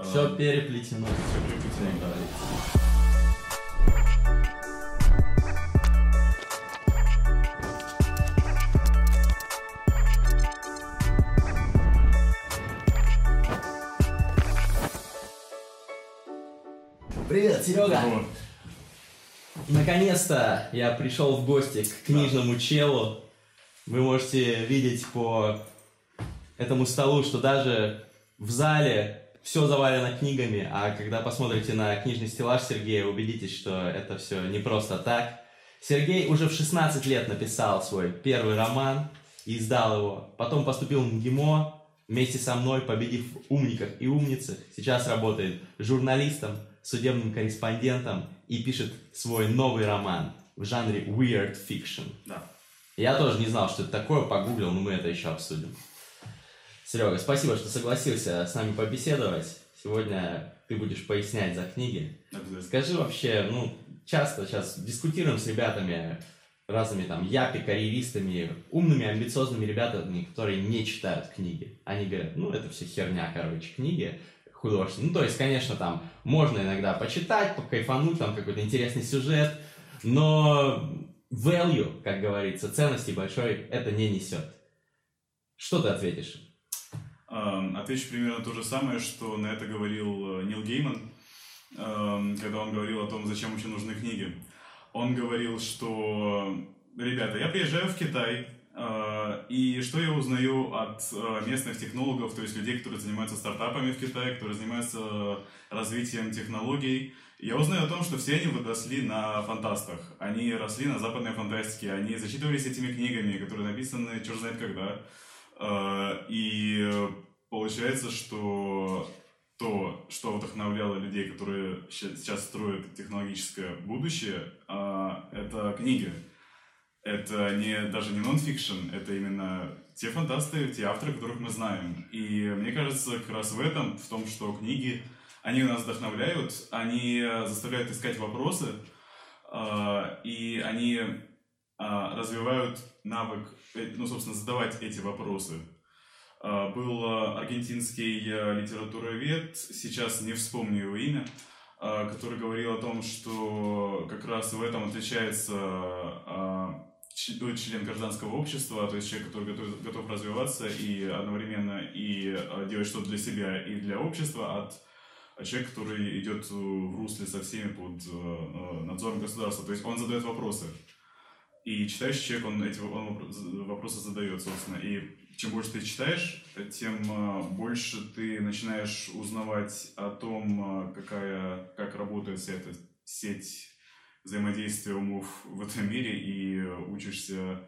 Все переплетено. Все переплетено. Привет, Серега! Вот. Наконец-то я пришел в гости к книжному челу. Вы можете видеть по этому столу, что даже в зале все завалено книгами, а когда посмотрите на книжный стеллаж Сергея, убедитесь, что это все не просто так. Сергей уже в 16 лет написал свой первый роман и издал его. Потом поступил в МГИМО вместе со мной, победив в «Умниках и умницах». Сейчас работает журналистом, судебным корреспондентом и пишет свой новый роман в жанре weird fiction. Да. Я тоже не знал, что это такое, погуглил, но мы это еще обсудим. Серега, спасибо, что согласился с нами побеседовать. Сегодня ты будешь пояснять за книги. Скажи вообще, часто сейчас дискутируем с ребятами, разными там япи, карьеристами, умными, амбициозными ребятами, которые не читают книги. Они говорят, это все херня, книги художественные. То есть, конечно, там можно иногда почитать, покайфануть, там какой-то интересный сюжет, но value, как говорится, ценности большой это не несет. Что ты ответишь? Отвечу примерно то же самое, что на это говорил Нил Гейман, когда он говорил о том, зачем вообще нужны книги. Он говорил, что, ребята, я приезжаю в Китай, и что я узнаю от местных технологов, то есть людей, которые занимаются стартапами в Китае, которые занимаются развитием технологий. Я узнаю о том, что все они выросли на фантастах, они росли на западной фантастике, они зачитывались этими книгами, которые написаны черт знает когда. И получается, что то, что вдохновляло людей, которые сейчас строят технологическое будущее, это книги. Это даже не нон-фикшн, это именно те фантасты, те авторы, которых мы знаем. И мне кажется, как раз в том, что книги, они нас вдохновляют, они заставляют искать вопросы, и они развивают навык, собственно, задавать эти вопросы. Был аргентинский литературовед, сейчас не вспомню его имя, который говорил о том, что как раз в этом отличается член гражданского общества, то есть человек, который готов развиваться и одновременно и делать что-то для себя и для общества, от человека, который идет в русле со всеми под надзором государства. То есть он задает вопросы. И читающий человек, он эти вопросы задает, собственно. И чем больше ты читаешь, тем больше ты начинаешь узнавать о том, как работает вся эта сеть взаимодействия умов в этом мире, и учишься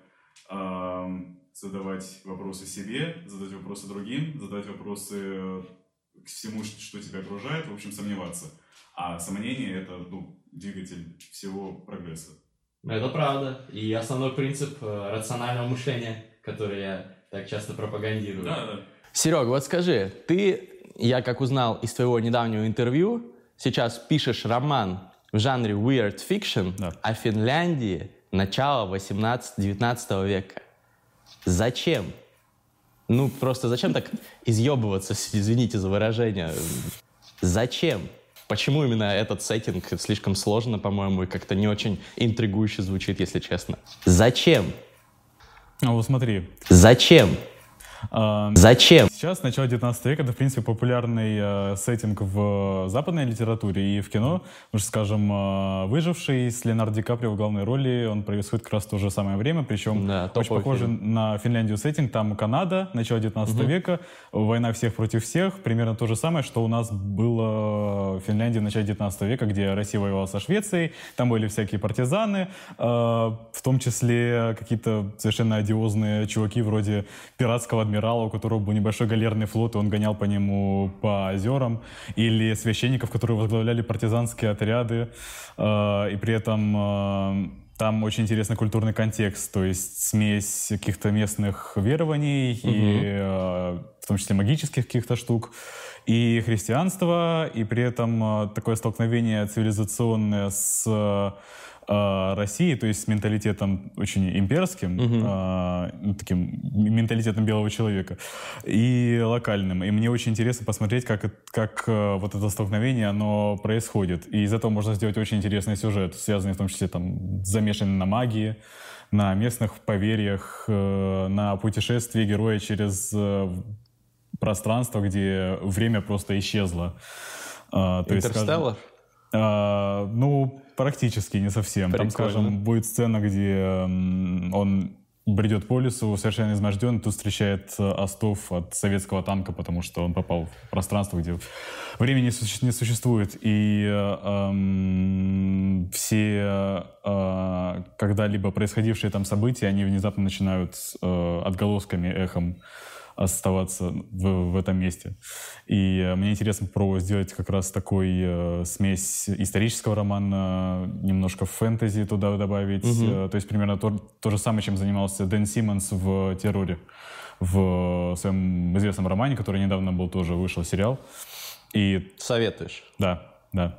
задавать вопросы себе, задать вопросы другим, задать вопросы к всему, что тебя окружает, в общем, сомневаться. А сомнение — это двигатель всего прогресса. Это правда. И основной принцип рационального мышления, который я так часто пропагандирую. Да. Серега, вот скажи, я как узнал из твоего недавнего интервью, сейчас пишешь роман в жанре weird fiction о Финляндии начала 18-19 века. Зачем? Просто зачем так изъебываться, извините за выражение? Зачем? Почему именно этот сеттинг? Слишком сложно, по-моему, и как-то не очень интригующе звучит, если честно. Зачем? Вот смотри. Зачем? Зачем? Сейчас, начало 19 века, это, в принципе, популярный сеттинг в западной литературе и в кино. Потому что, скажем, «Выживший» с Леонардо Ди Каприо в главной роли, он происходит как раз в то же самое время, причем очень похожий на Финляндию сеттинг. Там Канада, начало 19 века, война всех против всех, примерно то же самое, что у нас было в Финляндии в начале 19 века, где Россия воевала со Швецией, там были всякие партизаны, в том числе какие-то совершенно одиозные чуваки вроде пиратского адмирала, у которого был небольшой галерный флот, и он гонял по нему по озерам, или священников, которые возглавляли партизанские отряды, и при этом там очень интересный культурный контекст, то есть смесь каких-то местных верований, и в том числе магических каких-то штук, и христианство, и при этом такое столкновение цивилизационное с России, то есть с менталитетом очень имперским, таким менталитетом белого человека, и локальным. И мне очень интересно посмотреть, как вот это столкновение, оно происходит. И из этого можно сделать очень интересный сюжет, связанный в том числе там, замешанный на магии, на местных поверьях, на путешествии героя через пространство, где время просто исчезло. Интерстеллар? Ну, практически не совсем. Прикольно. Там, скажем, будет сцена, где он бредет по лесу, совершенно изможден, тут встречает остов от советского танка, потому что он попал в пространство, где времени не существует. И все когда-либо происходившие там события, они внезапно начинают отголосками, эхом оставаться в этом месте. И мне интересно попробовать сделать как раз такой смесь исторического романа, немножко фэнтези туда добавить. То есть примерно то же самое, чем занимался Дэн Симмонс в «Терроре», в своем известном романе, который недавно был тоже, вышел сериал. И... Советуешь? Да.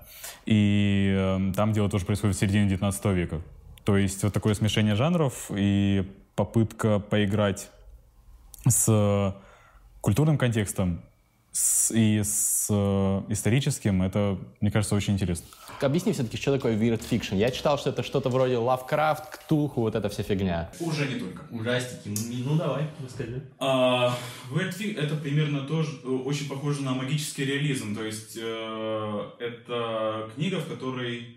И там дело тоже происходит в середине 19 века. То есть вот такое смешение жанров и попытка поиграть с культурным контекстом и с историческим, это, мне кажется, очень интересно. Объясни все-таки, что такое weird fiction. Я читал, что это что-то вроде Lovecraft, Ктулху, вот эта вся фигня. Уже не только. Ужастики. Ну, давай, расскажи. Weird fiction — это примерно тоже очень похоже на магический реализм. То есть это книга, в которой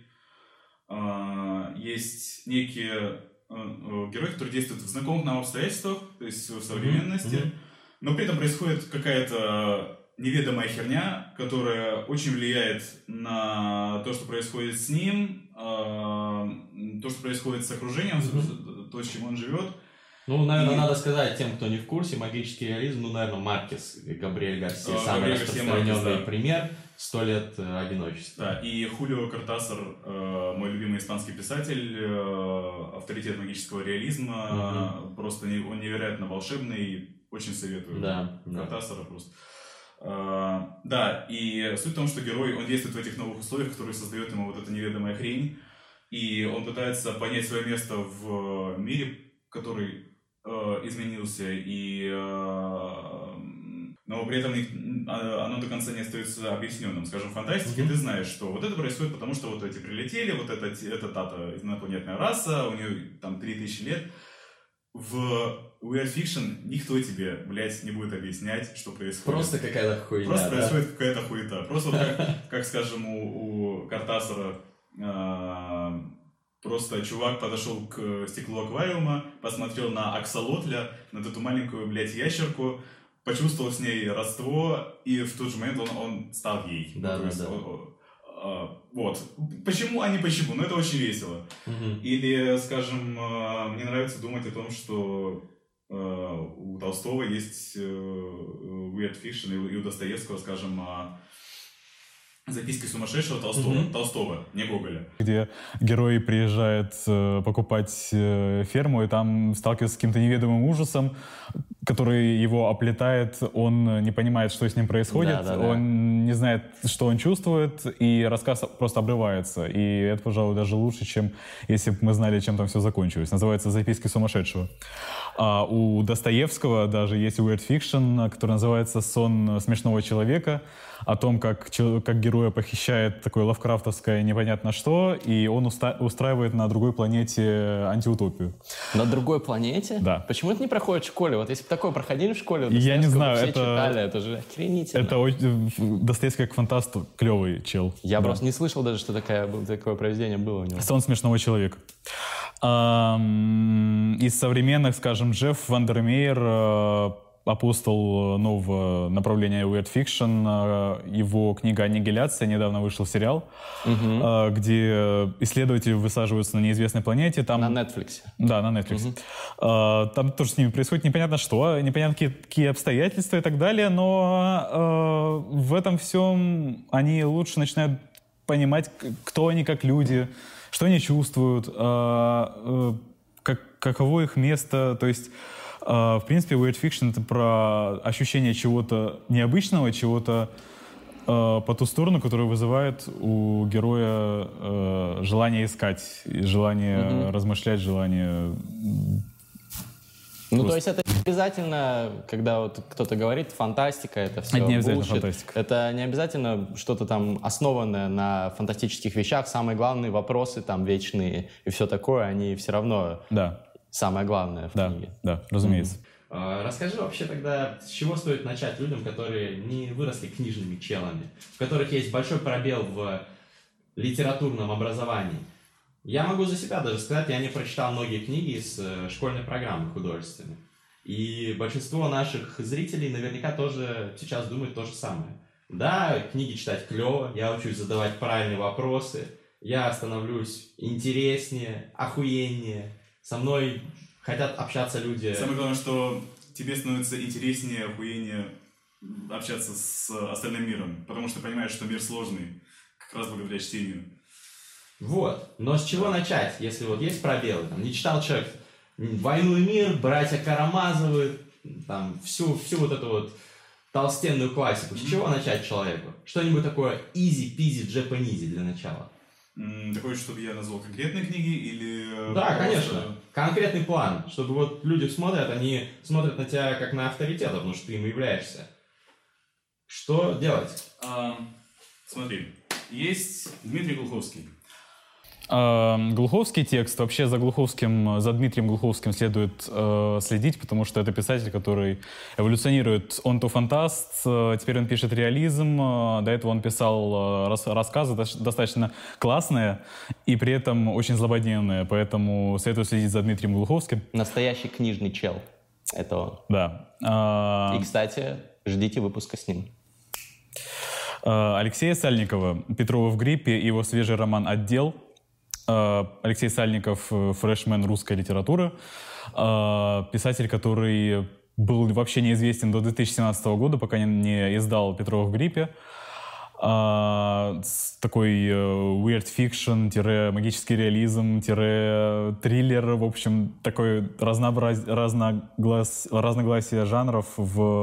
есть некие герой, который действует в знакомых нам обстоятельствах, то есть в современности, но при этом происходит какая-то неведомая херня, которая очень влияет на то, что происходит с ним, то, что происходит с окружением, то, с чем он живет. Ну, наверное, надо сказать тем, кто не в курсе, магический реализм, ну, наверное, Маркес, Габриэль Гарсия, самый распространенный пример, «100 лет одиночества». Да, и Хулио Кортасар, мой любимый испанский писатель, авторитет магического реализма, просто он невероятно волшебный, очень советую. Кортасара просто. Да, и суть в том, что герой, он действует в этих новых условиях, которые создает ему вот эта неведомая хрень, и он пытается понять свое место в мире, который изменился, но при этом оно до конца не остается объясненным. Скажем, в фантастике ты знаешь, что вот это происходит, потому что вот эти прилетели, вот это та-то инопланетная раса, у нее там 3000 лет. В Weird Fiction никто тебе, блядь, не будет объяснять, что происходит. Просто какая-то хуйня. Просто происходит какая-то хуета. Просто вот как скажем, у Кортасара просто чувак подошел к стеклу аквариума, посмотрел на аксолотля, на эту маленькую, блядь, ящерку, почувствовал с ней родство, и в тот же момент он стал ей. Вот. Почему, а не почему, но это очень весело. Или, скажем, мне нравится думать о том, что у Толстого есть Weird Fiction, и у Достоевского, скажем, «Записки сумасшедшего» Толстого, не Гоголя. Где герой приезжает покупать ферму, и там сталкивается с каким-то неведомым ужасом, который его оплетает, он не понимает, что с ним происходит, он не знает, что он чувствует, и рассказ просто обрывается. И это, пожалуй, даже лучше, чем если бы мы знали, чем там все закончилось. Называется «Записки сумасшедшего». А у Достоевского даже есть weird fiction, который называется «Сон смешного человека», о том, как героя похищает такое лавкрафтовское непонятно что, и он устраивает на другой планете антиутопию. На другой планете? Да. Почему это не проходит в школе? Вот если бы такое проходили в школе, я не знаю, все читали, это же охренительно. Достоевский как фантаст, клевый чел. Я просто не слышал даже, что такое произведение было у него. «Сон смешного человека». Из современных, скажем, Джефф Вандермеер, апостол нового направления Weird Fiction, его книга «Аннигиляция», недавно вышел сериал, где исследователи высаживаются на неизвестной планете. Там... На Netflix. Да, на Netflix. Там тоже с ними происходит непонятно что, непонятно какие обстоятельства и так далее, но в этом всем они лучше начинают понимать, кто они как люди, что они чувствуют, каково их место, то есть в принципе, Weird Fiction — это про ощущение чего-то необычного, чего-то по ту сторону, которая вызывает у героя желание искать, желание размышлять, желание... Ну, то есть это не обязательно, когда вот кто-то говорит, фантастика, это все это не обязательно bullshit. фантастика. Это не обязательно что-то там основанное на фантастических вещах. Самые главные вопросы там вечные и все такое, они все равно самое главное в книге. Да, разумеется. Расскажи вообще тогда, с чего стоит начать людям, которые не выросли книжными челами, в которых есть большой пробел в литературном образовании. Я могу за себя даже сказать, я не прочитал многие книги из школьной программы художественной. И большинство наших зрителей наверняка тоже сейчас думают то же самое. Да, книги читать клево, я учусь задавать правильные вопросы, я становлюсь интереснее, охуеннее, со мной хотят общаться люди. Самое главное, что тебе становится интереснее, охуеннее общаться с остальным миром, потому что понимаешь, что мир сложный, как раз благодаря чтению. Вот. Но с чего начать, если вот есть пробелы? Там, не читал человек «Войну и мир», «Братья Карамазовы», там, всю вот эту вот толстенную классику. С чего начать человеку? Что-нибудь такое easy-peasy, Japanese для начала. Ты хочешь, чтобы я назвал конкретные книги или... Да, конечно. Конкретный план. Чтобы вот люди смотрят, они смотрят на тебя как на авторитета, потому что ты им являешься. Что делать? Смотри, есть Дмитрий Глуховский. Глуховский текст. Вообще за Дмитрием Глуховским следует следить, потому что это писатель, который эволюционирует. Он-то фантаст, теперь он пишет реализм. До этого он писал рассказы достаточно классные и при этом очень злободневные. Поэтому советую следить за Дмитрием Глуховским. Настоящий книжный чел. Это он. Да. И, кстати, ждите выпуска с ним. Алексея Сальникова «Петрова в гриппе» и его свежий роман «Отдел». Алексей Сальников — фрешмен русской литературы, писатель, который был вообще неизвестен до 2017 года, пока не издал «Петрова в гриппе». Такой weird fiction, магический реализм, триллер, в общем, такое разноголосие жанров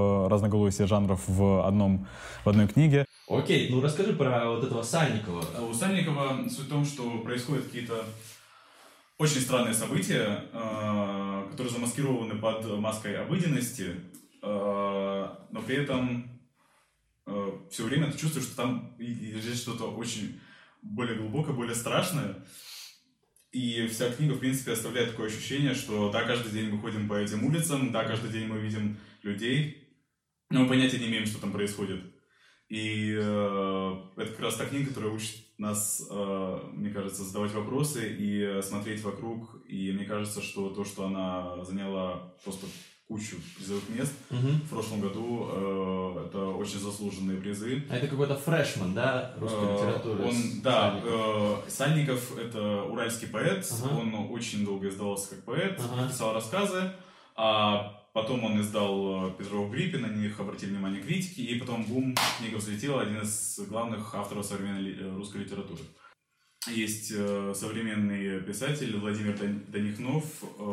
в одной книге. Окей, ну расскажи про вот этого Сальникова. У Сальникова суть в том, что происходят какие-то очень странные события, которые замаскированы под маской обыденности, но при этом все время ты чувствуешь, что там лежит что-то очень более глубокое, более страшное. И вся книга, в принципе, оставляет такое ощущение, что да, каждый день мы ходим по этим улицам, да, каждый день мы видим людей, но мы понятия не имеем, что там происходит. И это как раз та книга, которая учит нас, мне кажется, задавать вопросы и смотреть вокруг. И мне кажется, что то, что она заняла просто кучу призовых мест в прошлом году, это очень заслуженные призы. А это какой-то фрешман, да, русской литературы? Сальников — это уральский поэт, он очень долго издавался как поэт, писал рассказы, а потом он издал «Петрова в гриппе», на них обратили внимание критики, и потом бум, книга взлетела, один из главных авторов современной русской литературы. Есть современный писатель Владимир Данихнов.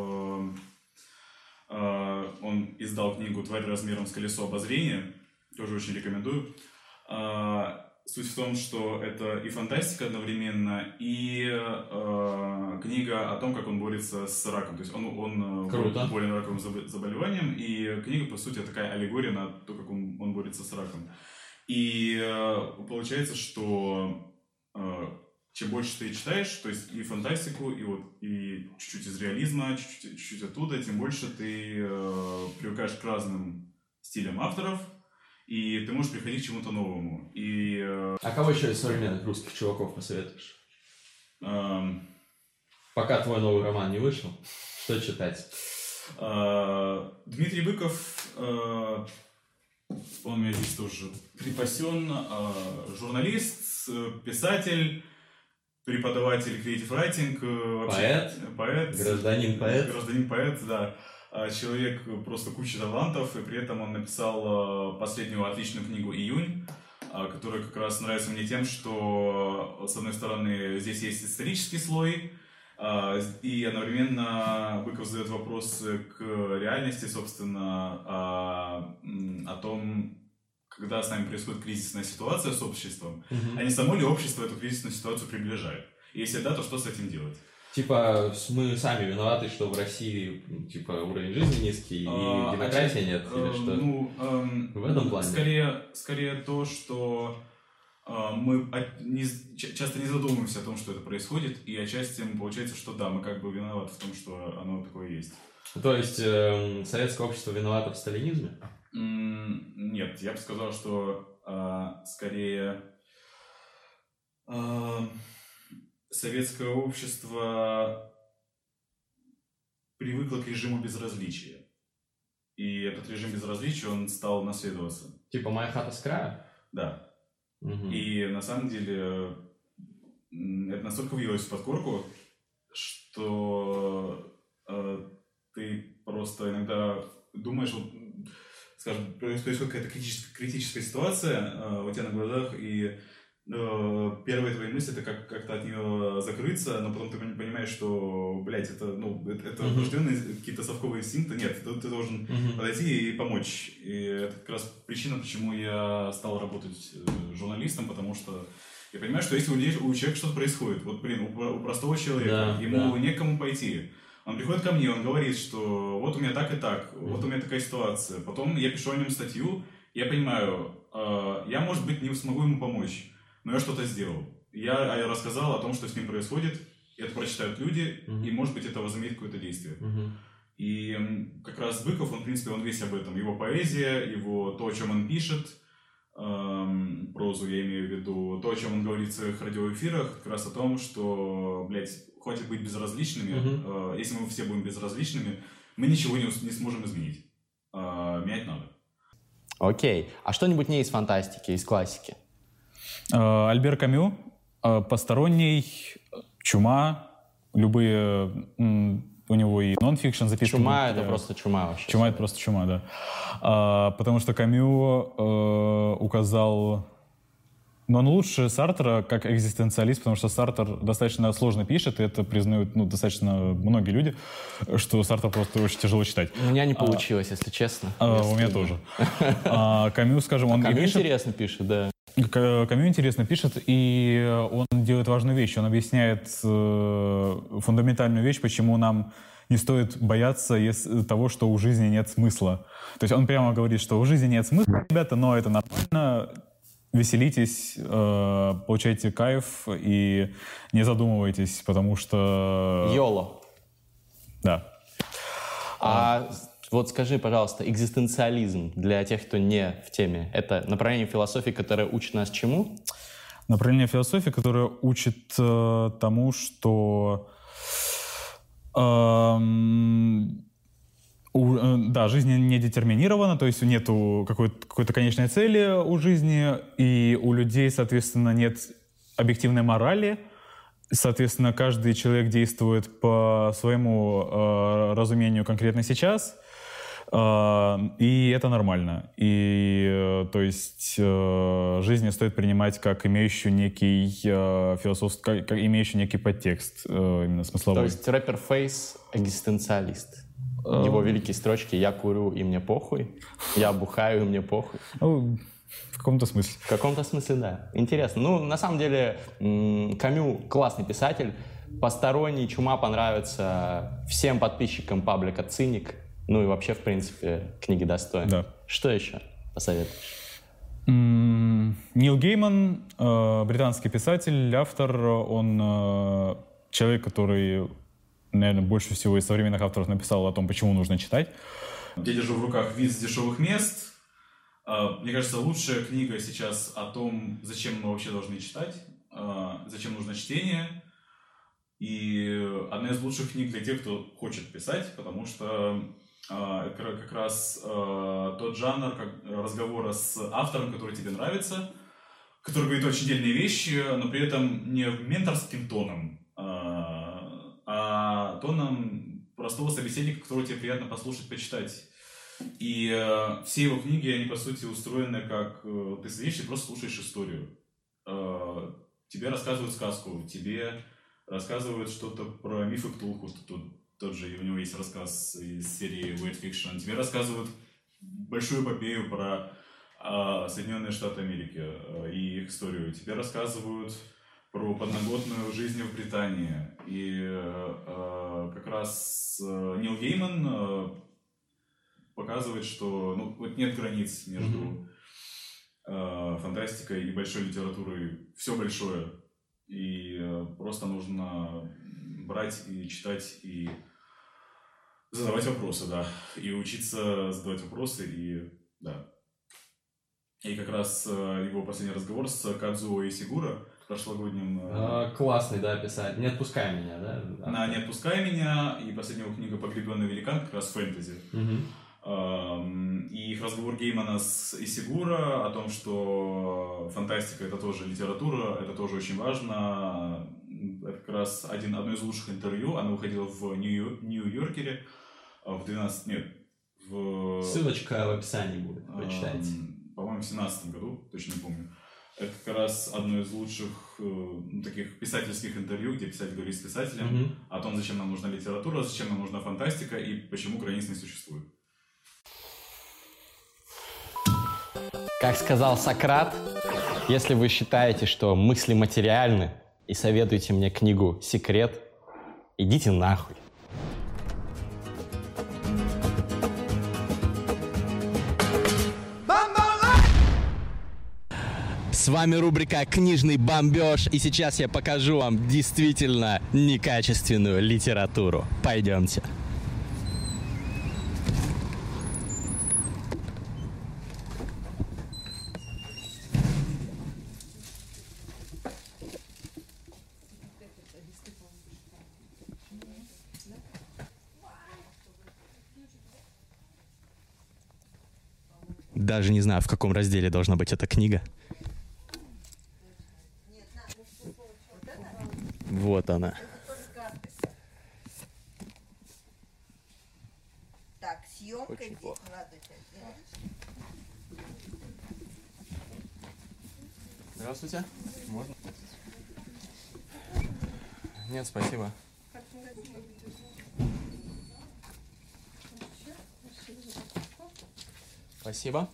Он издал книгу «Тварь размером с колесо обозрения», тоже очень рекомендую. Суть в том, что это и фантастика одновременно, и книга о том, как он борется с раком. То есть он болен раковым заболеванием, и книга, по сути, такая аллегория на то, как он борется с раком. И получается, что чем больше ты читаешь, то есть и фантастику, и чуть-чуть из реализма, чуть-чуть оттуда, тем больше ты привыкаешь к разным стилям авторов, и ты можешь приходить к чему-то новому. А кого еще из современных русских чуваков посоветуешь? Пока твой новый роман не вышел, что читать? Дмитрий Быков, он у меня здесь тоже припасен, журналист, писатель, преподаватель creative writing, поэт, гражданин-поэт, да. Человек просто куча талантов, и при этом он написал последнюю отличную книгу «Июнь», которая как раз нравится мне тем, что, с одной стороны, здесь есть исторический слой, и одновременно Быков задает вопросы к реальности, собственно, о том, когда с нами происходит кризисная ситуация с обществом, а не само ли общество эту кризисную ситуацию приближает? И если да, то что с этим делать? Типа, мы сами виноваты, что в России, типа, уровень жизни низкий и демократии нет, или что? Ну, в этом плане? Скорее то, что мы часто не задумываемся о том, что это происходит, и отчасти получается, что да, мы как бы виноваты в том, что оно такое есть. То есть, советское общество виновато в сталинизме? Нет, я бы сказал, что скорее советское общество привыкло к режиму безразличия. И этот режим безразличия, он стал наследоваться. Типа «Моя хата с краю»? Да. И на самом деле это настолько въелось в подкорку, что ты просто иногда думаешь, вот, скажем, происходит какая-то критическая ситуация у тебя на глазах, и первые твои мысли это как-то от нее закрыться, но потом ты понимаешь, что, блядь, это врожденные какие-то совковые инстинкты. Нет, ты должен подойти и помочь. И это как раз причина, почему я стал работать журналистом, потому что я понимаю, что если у человека что-то происходит, вот, блин, у простого человека, ему некому пойти. Он приходит ко мне, он говорит, что вот у меня так и так, вот у меня такая ситуация. Потом я пишу о нем статью, я понимаю, я, может быть, не смогу ему помочь, но я что-то сделал. Я рассказал о том, что с ним происходит, это прочитают люди, и, может быть, это возымеет какое-то действие. И как раз Быков, он, в принципе, он весь об этом. Его поэзия, его то, о чем он пишет, прозу я имею в виду, то, о чем он говорит в своих радиоэфирах, как раз о том, что, блядь, хватит быть безразличными. Если мы все будем безразличными, мы ничего не сможем изменить. Менять надо. Окей. А что-нибудь не из фантастики, из классики? Альбер Камю, «Посторонний», «Чума», любые... У него и нон-фикшн записки. «Чума» — это просто чума вообще. «Чума» — это просто чума, да. Потому что Камю указал... Но он лучше Сартра как экзистенциалист, потому что Сартр достаточно сложно пишет, и это признают достаточно многие люди, что Сартра просто очень тяжело читать. У меня не получилось, если честно. У меня тоже. Камю, скажем, он Камю пишет... интересно пишет, да. Камю интересно пишет, и он делает важную вещь. Он объясняет фундаментальную вещь, почему нам не стоит бояться того, что у жизни нет смысла. То есть он прямо говорит, что у жизни нет смысла, ребята, но это нормально. Веселитесь, получайте кайф и не задумывайтесь, потому что... YOLO. Да. Вот скажи, пожалуйста, экзистенциализм для тех, кто не в теме, это направление философии, которое учит нас чему? Направление философии, которое учит тому, что... Да, жизнь не детерминирована, то есть нету какой-то конечной цели у жизни, и у людей, соответственно, нет объективной морали. Соответственно, каждый человек действует по своему разумению конкретно сейчас, и это нормально. И, то есть, жизнь не стоит принимать как имеющую некий философский, как имеющую некий подтекст, именно смысловой. То есть рэпер Фейс экзистенциалист. Его великие строчки «Я курю, и мне похуй», «Я бухаю, и мне похуй». В каком-то смысле. В каком-то смысле, да. Интересно. Ну, на самом деле, Камю классный писатель. «Посторонний», «Чума» понравится всем подписчикам паблика «Циник». Ну и вообще, в принципе, книги достойны. Да. Что еще посоветуешь? Нил Гейман, британский писатель, автор. Он человек, который... наверное, больше всего из современных авторов написал о том, почему нужно читать. Я держу в руках «Виз дешевых мест». Мне кажется, лучшая книга сейчас о том, зачем мы вообще должны читать, зачем нужно чтение. И одна из лучших книг для тех, кто хочет писать, потому что это как раз тот жанр разговора с автором, который тебе нравится, который говорит очень дельные вещи, но при этом не менторским тоном, а тоном простого собеседника, которого тебе приятно послушать, почитать. И все его книги, они, по сути, устроены как... Ты сидишь и просто слушаешь историю. Тебе рассказывают сказку, тебе рассказывают что-то про мифы Ктулху. Тот же, у него есть рассказ из серии Weird Fiction. Тебе рассказывают большую эпопею про Соединенные Штаты Америки и их историю. Тебе рассказывают про подноготную жизнь в Британии. И как раз Нил Гейман показывает, что вот нет границ между фантастикой и большой литературой. Все большое. И просто нужно брать и читать, и задавать вопросы, да. И учиться задавать вопросы, и да. И как раз его последний разговор с Кадзуо Исигуро прошлогодним... Классный, да, писать. «Не отпускай меня», да? На «Не отпускай меня», и последняя его книга «Погребенный великан», как раз фэнтези. И их разговор Геймана с Исигуро о том, что фантастика — это тоже литература, это тоже очень важно. Это как раз одно из лучших интервью. Оно выходило в Нью-Йоркере в 12... Нет, в... Ссылочка в описании будет, прочитайте. По-моему, в 2017 году, точно не помню. Это как раз одно из лучших таких писательских интервью, где писатель говорит с писателем о том, зачем нам нужна литература, зачем нам нужна фантастика и почему границ не существует. Как сказал Сократ, если вы считаете, что мысли материальны и советуете мне книгу «Секрет», идите нахуй. С вами рубрика «Книжный бомбеж», и сейчас я покажу вам действительно некачественную литературу. Пойдемте. Даже не знаю, в каком разделе должна быть эта книга. Вот она. Так, съемка Очень здесь плохо. надо. Здравствуйте. Можно? Нет, спасибо. Спасибо.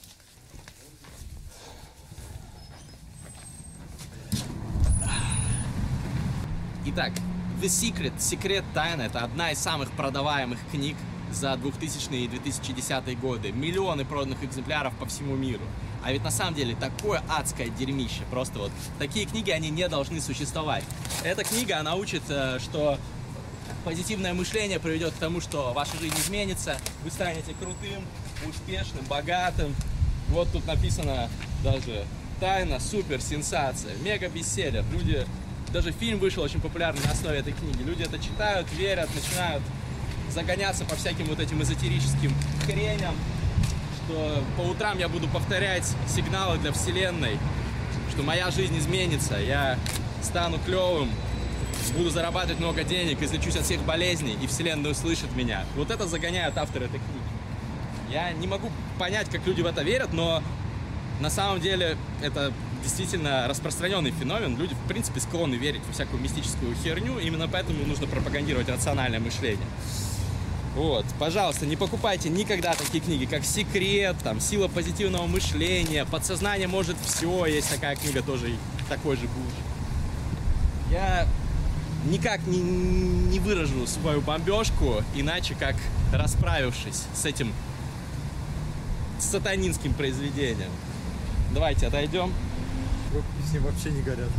Итак, The Secret, Секрет Тайна, это одна из самых продаваемых книг за 2000 и 2010 годы. Миллионы проданных экземпляров по всему миру. А ведь на самом деле такое адское дерьмище. Просто вот такие книги, они не должны существовать. Эта книга, она учит, что позитивное мышление приведет к тому, что ваша жизнь изменится, вы станете крутым, успешным, богатым. Вот тут написано даже «Тайна, супер, сенсация», мега-бестселлер. Люди, даже фильм вышел очень популярный на основе этой книги. Люди это читают, верят, начинают загоняться по всяким вот этим эзотерическим хреням, что по утрам я буду повторять сигналы для Вселенной, что моя жизнь изменится, я стану клевым, буду зарабатывать много денег, излечусь от всех болезней, и Вселенная услышит меня. Вот это загоняют авторы этой книги. Я не могу понять, как люди в это верят, но на самом деле это действительно распространенный феномен. Люди, в принципе, склонны верить во всякую мистическую херню, именно поэтому нужно пропагандировать рациональное мышление. Вот, пожалуйста, не покупайте никогда такие книги, как «Секрет», там, «Сила позитивного мышления», «Подсознание может все», есть такая книга, тоже такой же булочек. Я никак не выражу свою бомбежку, иначе как расправившись с этим сатанинским произведением. Давайте отойдем. Рукописи вообще не горят.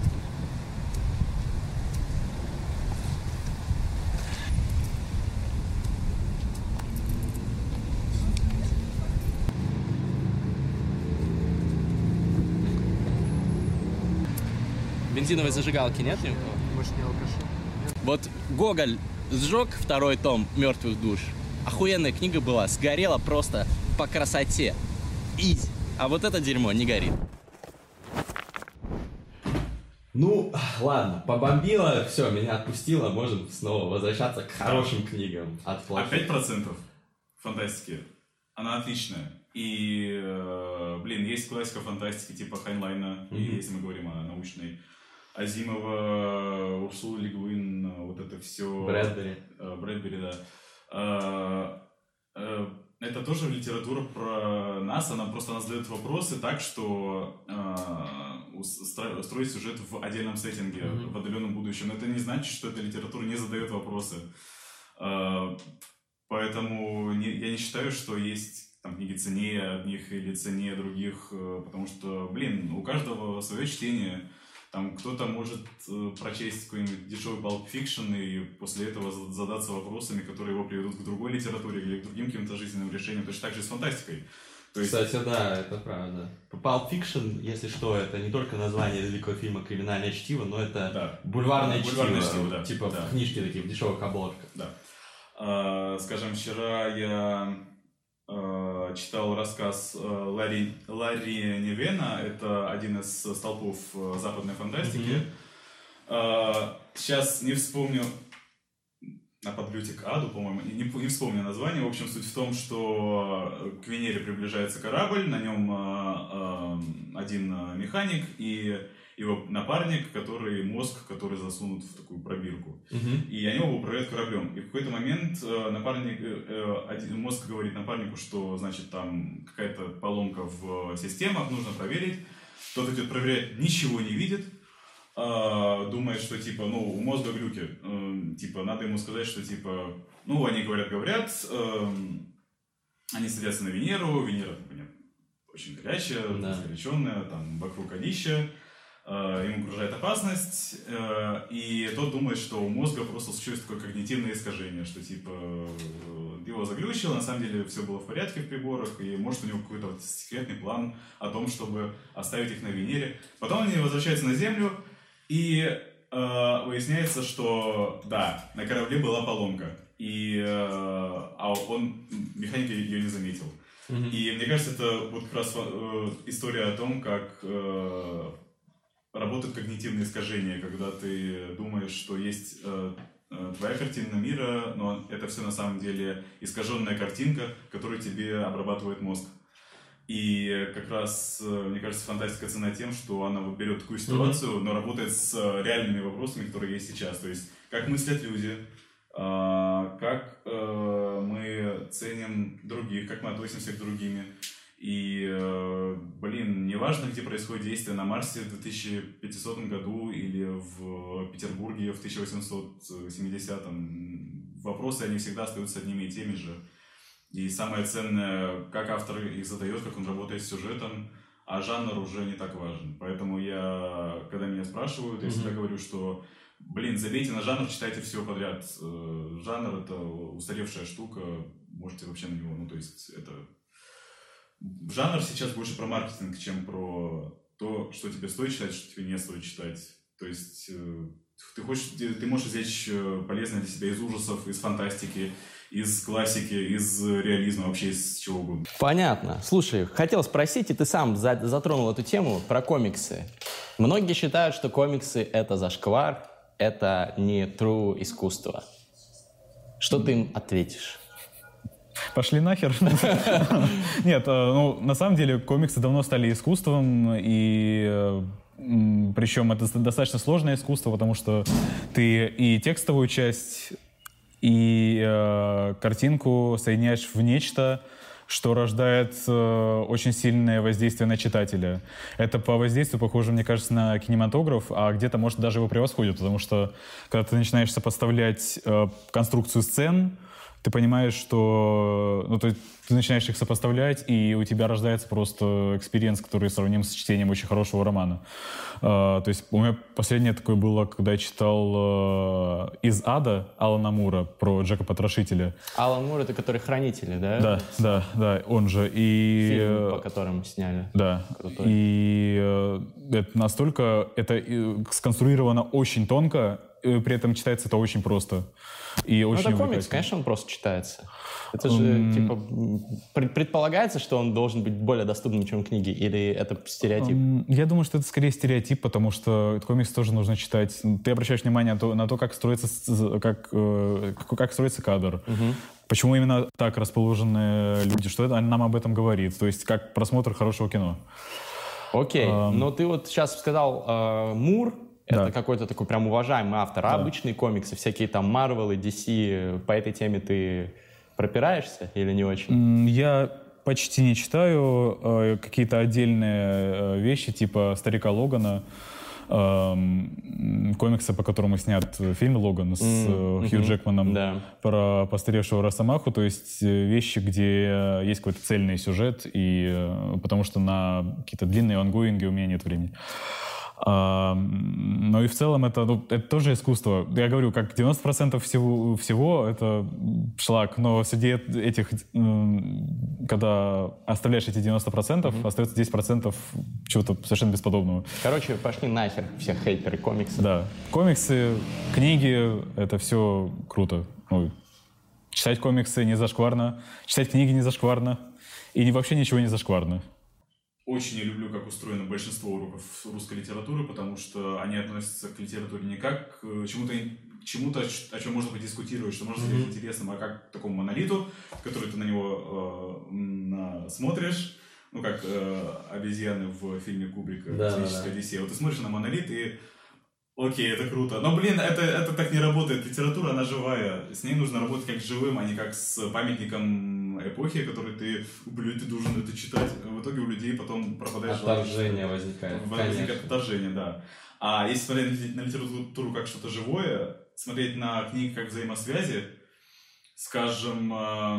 Бензиновой зажигалки нет ни у кого? Может, не алкаши? Вот Гоголь сжег второй том «Мертвых душ». Охуенная книга была, сгорела просто по красоте. Изи. А вот это дерьмо не горит. Ну, ладно, побомбило, все, меня отпустило, можем снова возвращаться к хорошим книгам. От А 5% фантастики, она отличная. И, блин, есть классика фантастики типа Хайнлайна, если мы говорим о научной. Азимова, Урсула Ле Гуин, вот это все. Брэдбери. Брэдбери, да. это тоже литература про нас, она задает вопросы так, что строить сюжет в отдельном сеттинге, в отдаленном будущем. Но это не значит, что эта литература не задает вопросы. Поэтому я не считаю, что есть там книги ценнее одних или ценнее других, потому что, у каждого свое чтение. Там кто-то может прочесть какой-нибудь дешевый Pulp Fiction и после этого задаться вопросами, которые его приведут к другой литературе или к другим каким-то жизненным решениям. Точно так же и с фантастикой. Кстати, да, это правда. Pulp Fiction, если что, это не только название великого фильма «Криминальное чтиво», но это бульварное чтиво. Да. Типа в книжке такие, в дешевых обложках. Да. Скажем, вчера я читал рассказ Ларри Невена, это один из столпов западной фантастики. Сейчас не вспомню, на подлете к аду, по-моему, не вспомню название. В общем, суть в том, что к Венере приближается корабль, на нем один механик и его напарник, мозг, который засунут в такую пробирку. И они оба управляют кораблем. И в какой-то момент мозг говорит напарнику, что, значит, там какая-то поломка в системах, нужно проверить. Тот идет проверять, ничего не видит. Думает, что, типа, у мозга глюки. Надо ему сказать, что, типа, они говорят, они садятся на Венеру. Венера, понятно, очень горячая, разгоряченная, там, вокруг одища. Ему угрожает опасность, и тот думает, что у мозга просто случилось такое когнитивное искажение, что типа его заглючило, на самом деле все было в порядке в приборах, и может у него какой-то секретный план о том, чтобы оставить их на Венере. Потом они возвращаются на Землю, и выясняется, что да, на корабле была поломка, механик ее не заметил. И мне кажется, это вот как раз история о том, как работают когнитивные искажения, когда ты думаешь, что есть твоя картина мира, но это все на самом деле искаженная картинка, которую тебе обрабатывает мозг. И как раз, мне кажется, фантастика ценна тем, что она берет такую ситуацию, но работает с реальными вопросами, которые есть сейчас. То есть, как мыслят люди, как мы ценим других, как мы относимся к другим. И, неважно, где происходит действие, на Марсе в 2500 году или в Петербурге в 1870-м, вопросы, они всегда остаются одними и теми же. И самое ценное, как автор их задает, как он работает с сюжетом, а жанр уже не так важен. Поэтому когда меня спрашивают, я всегда говорю, что, забейте на жанр, читайте все подряд. Жанр — это устаревшая штука, можете вообще на него, Жанр сейчас больше про маркетинг, чем про то, что тебе стоит читать, что тебе не стоит читать. То есть ты можешь извлечь полезное для себя из ужасов, из фантастики, из классики, из реализма, вообще из чего угодно. Понятно. Слушай, хотел спросить, и ты сам затронул эту тему про комиксы. Многие считают, что комиксы — это зашквар, это не true искусство. Что ты им ответишь? Пошли нахер. Нет, на самом деле комиксы давно стали искусством, и причем это достаточно сложное искусство, потому что ты и текстовую часть, и картинку соединяешь в нечто, что рождает очень сильное воздействие на читателя. Это по воздействию похоже, мне кажется, на кинематограф, а где-то, может, даже его превосходит, потому что когда ты начинаешь сопоставлять конструкцию сцен, ты понимаешь, что ты начинаешь их сопоставлять, и у тебя рождается просто экспириенс, который сравним с чтением очень хорошего романа. То есть у меня последнее такое было, когда я читал «Из ада» Алана Мура про Джека Потрошителя. Алан Мур — это который «Хранители», да? Да, он же. Фильм, по которому сняли. Да. Крутой. И это настолько... Это сконструировано очень тонко, и при этом читается это очень просто. И очень это комикс, конечно, он просто читается. Это же, предполагается, что он должен быть более доступным, чем книги, или это стереотип? Я думаю, что это скорее стереотип, потому что комикс тоже нужно читать. Ты обращаешь внимание на то, как строится кадр. Почему именно так расположены люди, что это нам об этом говорит. То есть, как просмотр хорошего кино. Окей, но ты вот сейчас сказал Мур. Это какой-то такой прям уважаемый автор. А обычные комиксы, всякие там Marvel и DC, по этой теме ты Пропираешься или не очень? Я почти не читаю какие-то отдельные вещи, типа «Старика Логана», комикса, по которому снят фильм «Логан» с Хью Джекманом, про постаревшего Росомаху, то есть вещи, где есть какой-то цельный сюжет, и потому что на какие-то длинные ангоинги у меня нет времени. Но и в целом это тоже искусство. Я говорю, как 90% всего это шлак, но среди этих, когда оставляешь эти 90%, остается 10% чего-то совершенно бесподобного. Короче, пошли нахер все хейтеры комиксы. Да. Комиксы, книги, это все круто. Читать комиксы не зашкварно, читать книги не зашкварно, и вообще ничего не зашкварно. Очень не люблю, как устроено большинство уроков русской литературы, потому что они относятся к литературе не как к чему-то, о чем можно подискутировать, что может быть интересным, а как к такому монолиту, который ты на него смотришь, как обезьяны в фильме Кубрика «Космическая Одиссея». Вот ты смотришь на монолит и окей, это круто. Но, это так не работает. Литература, она живая. С ней нужно работать как с живым, а не как с памятником эпохи, который ты должен это читать. В итоге у людей потом пропадает желание. Отторжение возникает. Возникает отторжение, да. А если смотреть на литературу как что-то живое, смотреть на книги как взаимосвязи, скажем,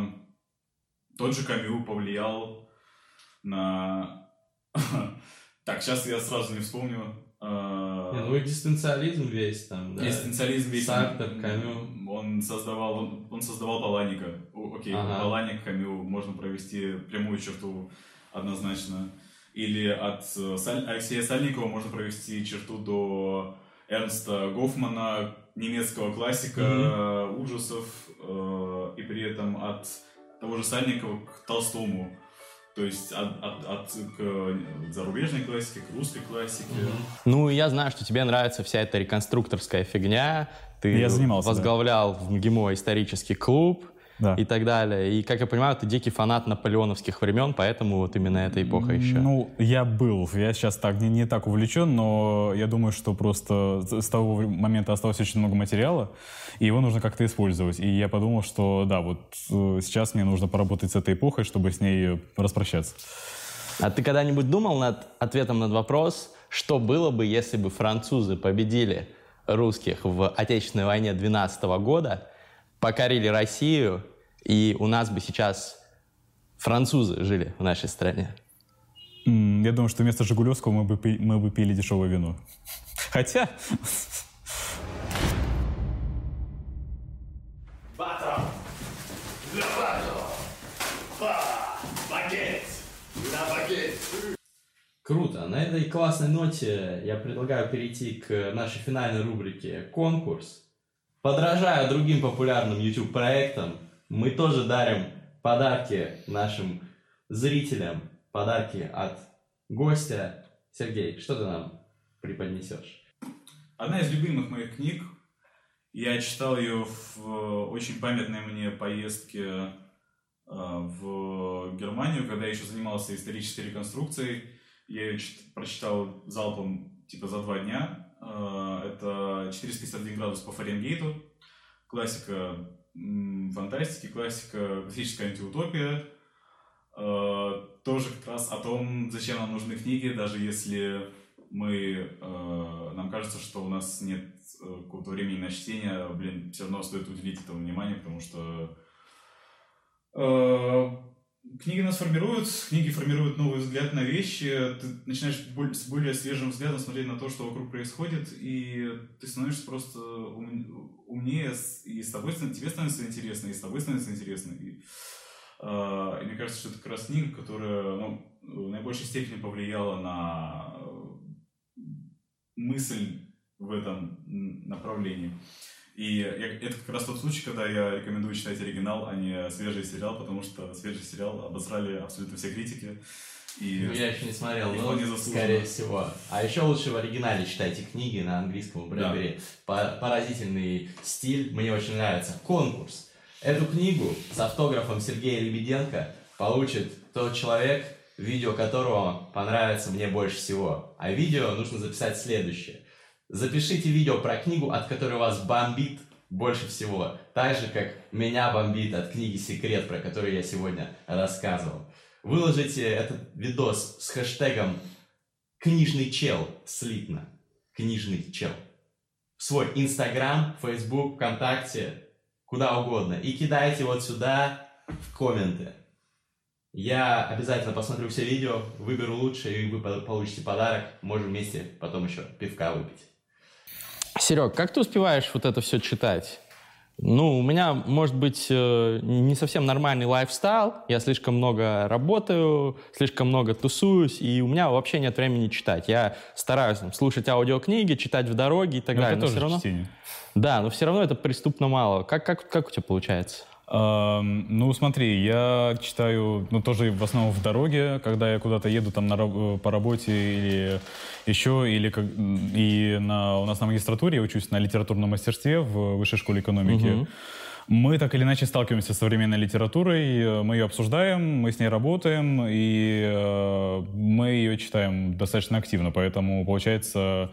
тот же Камю повлиял на... Так, сейчас я сразу не вспомню. Экзистенциализм весь там, да. Экзистенциализм весь. Сартер, Камю. Он создавал Паланика. Окей, Паланик, Камю можно провести прямую черту однозначно. Или от Алексея Сальникова можно провести черту до Эрнста Гофмана, немецкого классика ужасов, и при этом от того же Сальникова к Толстому. То есть к зарубежной классике, к русской классике. Я знаю, что тебе нравится вся эта реконструкторская фигня. Ты возглавлял в МГИМО исторический клуб и так далее. И, как я понимаю, ты дикий фанат наполеоновских времен, поэтому вот именно эта эпоха еще. Я был. Я сейчас не так увлечен, но я думаю, что просто с того момента осталось очень много материала, и его нужно как-то использовать. И я подумал, что сейчас мне нужно поработать с этой эпохой, чтобы с ней распрощаться. А ты когда-нибудь думал над ответом на вопрос, что было бы, если бы французы победили русских в Отечественной войне 12 года, покорили Россию, и у нас бы сейчас французы жили в нашей стране? Я думаю, что вместо Жигулевского мы бы пили дешевое вино. Хотя... Круто. На этой классной ноте я предлагаю перейти к нашей финальной рубрике «Конкурс». Подражая другим популярным YouTube-проектам, мы тоже дарим подарки нашим зрителям, подарки от гостя. Сергей, что ты нам преподнесешь? Одна из любимых моих книг. Я читал ее в очень памятной мне поездке в Германию, когда я еще занимался исторической реконструкцией. Я ее прочитал залпом за 2 дня. Это 451 градус по Фаренгейту. Классика фантастики, классическая антиутопия. Тоже как раз о том, зачем нам нужны книги, даже если нам кажется, что у нас нет какого-то времени на чтение, все равно стоит уделить этому внимание, потому что книги нас формируют, книги формируют новый взгляд на вещи, ты начинаешь с более свежим взглядом смотреть на то, что вокруг происходит, и ты становишься просто умнее, и тебе становится интересно, и с тобой становится интересно. И мне кажется, что это как раз книга, которая в наибольшей степени повлияла на мысль в этом направлении. И это как раз тот случай, когда я рекомендую читать оригинал, а не свежий сериал, потому что свежий сериал обосрали абсолютно все критики. Я еще не смотрел, но скорее всего. А еще лучше в оригинале читайте книги на английском, в Брэдбери. Поразительный стиль, мне очень нравится. Конкурс. Эту книгу с автографом Сергея Лебеденко получит тот человек, видео которого понравится мне больше всего. А видео нужно записать следующее. Запишите видео про книгу, от которой вас бомбит больше всего. Так же, как меня бомбит от книги «Секрет», про которую я сегодня рассказывал. Выложите этот видос с хэштегом «Книжный чел» слитно. «Книжный чел». В свой Инстаграм, Фейсбук, ВКонтакте, куда угодно. И кидайте вот сюда в комменты. Я обязательно посмотрю все видео, выберу лучшее, и вы получите подарок. Можем вместе потом еще пивка выпить. Серег, как ты успеваешь вот это все читать? Ну, у меня, может быть, не совсем нормальный лайфстайл. Я слишком много работаю, слишком много тусуюсь, и у меня вообще нет времени читать. Я стараюсь слушать аудиокниги, читать в дороге и так далее. Это тоже все равно... чтение. Да, но все равно это преступно мало. Как у тебя получается? Ну, смотри, я читаю, тоже в основном в дороге, когда я куда-то еду там по работе или еще, у нас на магистратуре я учусь на литературном мастерстве в Высшей школе экономики. Мы так или иначе сталкиваемся с современной литературой, мы ее обсуждаем, мы с ней работаем, и мы ее читаем достаточно активно, поэтому получается,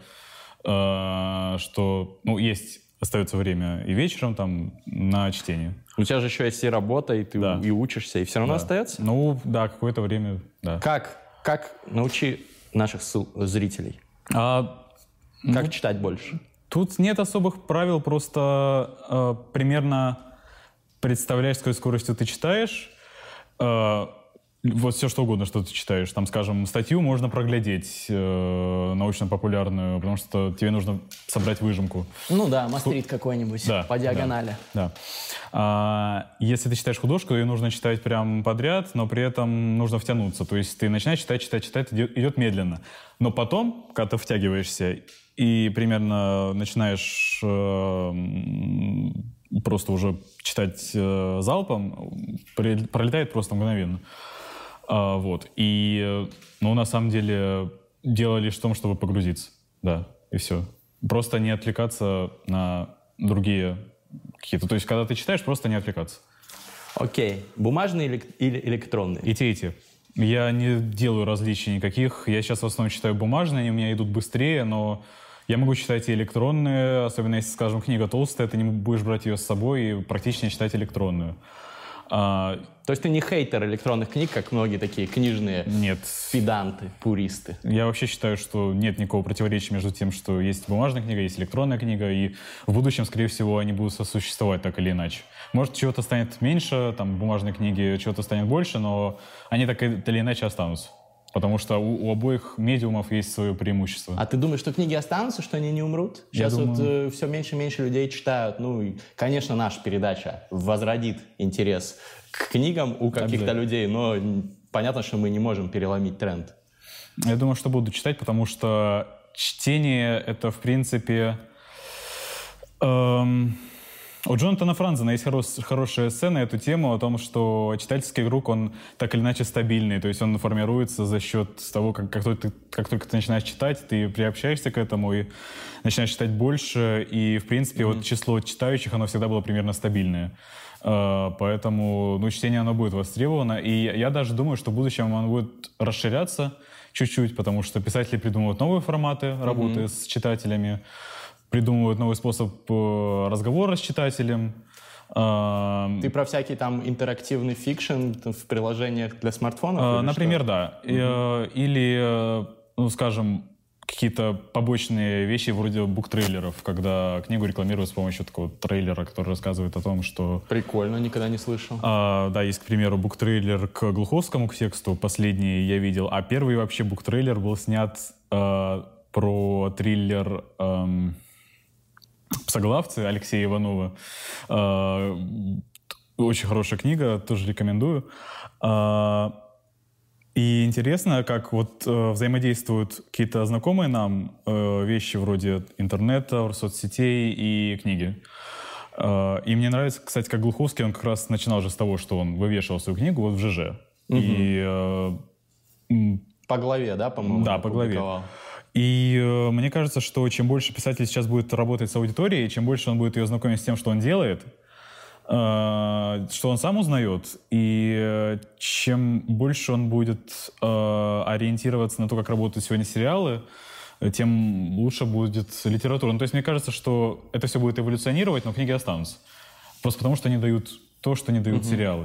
что, остается время и вечером там на чтение. У тебя же еще есть и работа, и ты и учишься, и все равно остается? Ну, да, какое-то время, да. Как научи наших зрителей? Как читать больше? Тут нет особых правил, просто примерно представляешь, с какой скоростью ты читаешь. Вот все что угодно, что ты читаешь. Там, скажем, статью можно проглядеть научно-популярную, потому что тебе нужно собрать выжимку. Ну да, мастрит какой-нибудь по диагонали. Да. Если ты читаешь художку, ее нужно читать прям подряд, но при этом нужно втянуться. То есть ты начинаешь читать, идет медленно. Но потом, когда ты втягиваешься и примерно начинаешь просто уже читать залпом, пролетает просто мгновенно. На самом деле дело лишь в том, чтобы погрузиться, да, и все. Просто не отвлекаться на другие какие-то. То есть, когда ты читаешь, просто не отвлекаться. Окей. Бумажные или электронные? И те. Я не делаю различий никаких. Я сейчас в основном читаю бумажные, они у меня идут быстрее, но я могу читать и электронные, особенно если, скажем, книга толстая, ты не будешь брать ее с собой, и практичнее читать электронную. То есть ты не хейтер электронных книг, как многие такие книжные педанты, пуристы? Я вообще считаю, что нет никакого противоречия между тем, что есть бумажная книга, есть электронная книга, и в будущем, скорее всего, они будут сосуществовать так или иначе. Может, чего-то станет меньше, там, бумажной книги, чего-то станет больше, но они так или иначе останутся. Потому что у обоих медиумов есть свое преимущество. А ты думаешь, что книги останутся, что они не умрут? Сейчас все меньше и меньше людей читают. Ну, и, конечно, наша передача возродит интерес к книгам у каких-то людей, но понятно, что мы не можем переломить тренд. Я думаю, что буду читать, потому что чтение — это, в принципе... У Джонатана Франзена есть хорошая эссе на эту тему о том, что читательский круг, он так или иначе стабильный, то есть он формируется за счет того, как только ты начинаешь читать, ты приобщаешься к этому и начинаешь читать больше, и, в принципе, вот число читающих, оно всегда было примерно стабильное. Поэтому, чтение, оно будет востребовано, и я даже думаю, что в будущем оно будет расширяться чуть-чуть, потому что писатели придумывают новые форматы работы с читателями, придумывают новый способ разговора с читателем. Ты про всякий там интерактивный фикшн в приложениях для смартфонов? Например, да. Или, скажем, какие-то побочные вещи вроде буктрейлеров, когда книгу рекламируют с помощью такого трейлера, который рассказывает о том, что... Прикольно, никогда не слышал. Да, есть, к примеру, буктрейлер к Глуховскому, к тексту, последний я видел, а первый вообще буктрейлер был снят про триллер... «Псоглавцы» Алексея Иванова. Очень хорошая книга, тоже рекомендую. И интересно, как взаимодействуют какие-то знакомые нам вещи вроде интернета, соцсетей и книги. И мне нравится, кстати, как Глуховский, он как раз начинал же с того, что он вывешивал свою книгу в ЖЖ. И, по главе, да, по-моему? Да, по главе. И мне кажется, что чем больше писатель сейчас будет работать с аудиторией, чем больше он будет ее знакомить с тем, что он делает, что он сам узнает, и чем больше он будет ориентироваться на то, как работают сегодня сериалы, тем лучше будет литература. Ну, то есть мне кажется, что это все будет эволюционировать, но книги останутся. Просто потому, что они дают то, что не дают сериалы.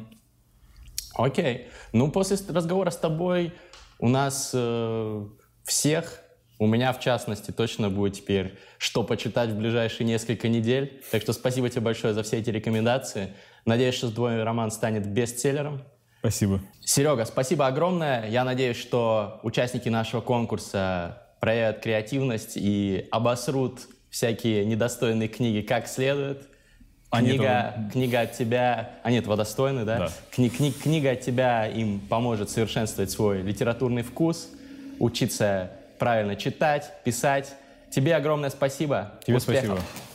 Окей. Ну, после разговора с тобой у нас всех, у меня в частности, точно будет теперь что почитать в ближайшие несколько недель. Так что спасибо тебе большое за все эти рекомендации. Надеюсь, что твой роман станет бестселлером. Спасибо. Серега, спасибо огромное. Я надеюсь, что участники нашего конкурса проявят креативность и обосрут всякие недостойные книги как следует. Книга от тебя... Они этого достойны, да? Да. Книга от тебя им поможет совершенствовать свой литературный вкус, учиться правильно читать, писать. Тебе огромное спасибо. Тебе Успехов. спасибо.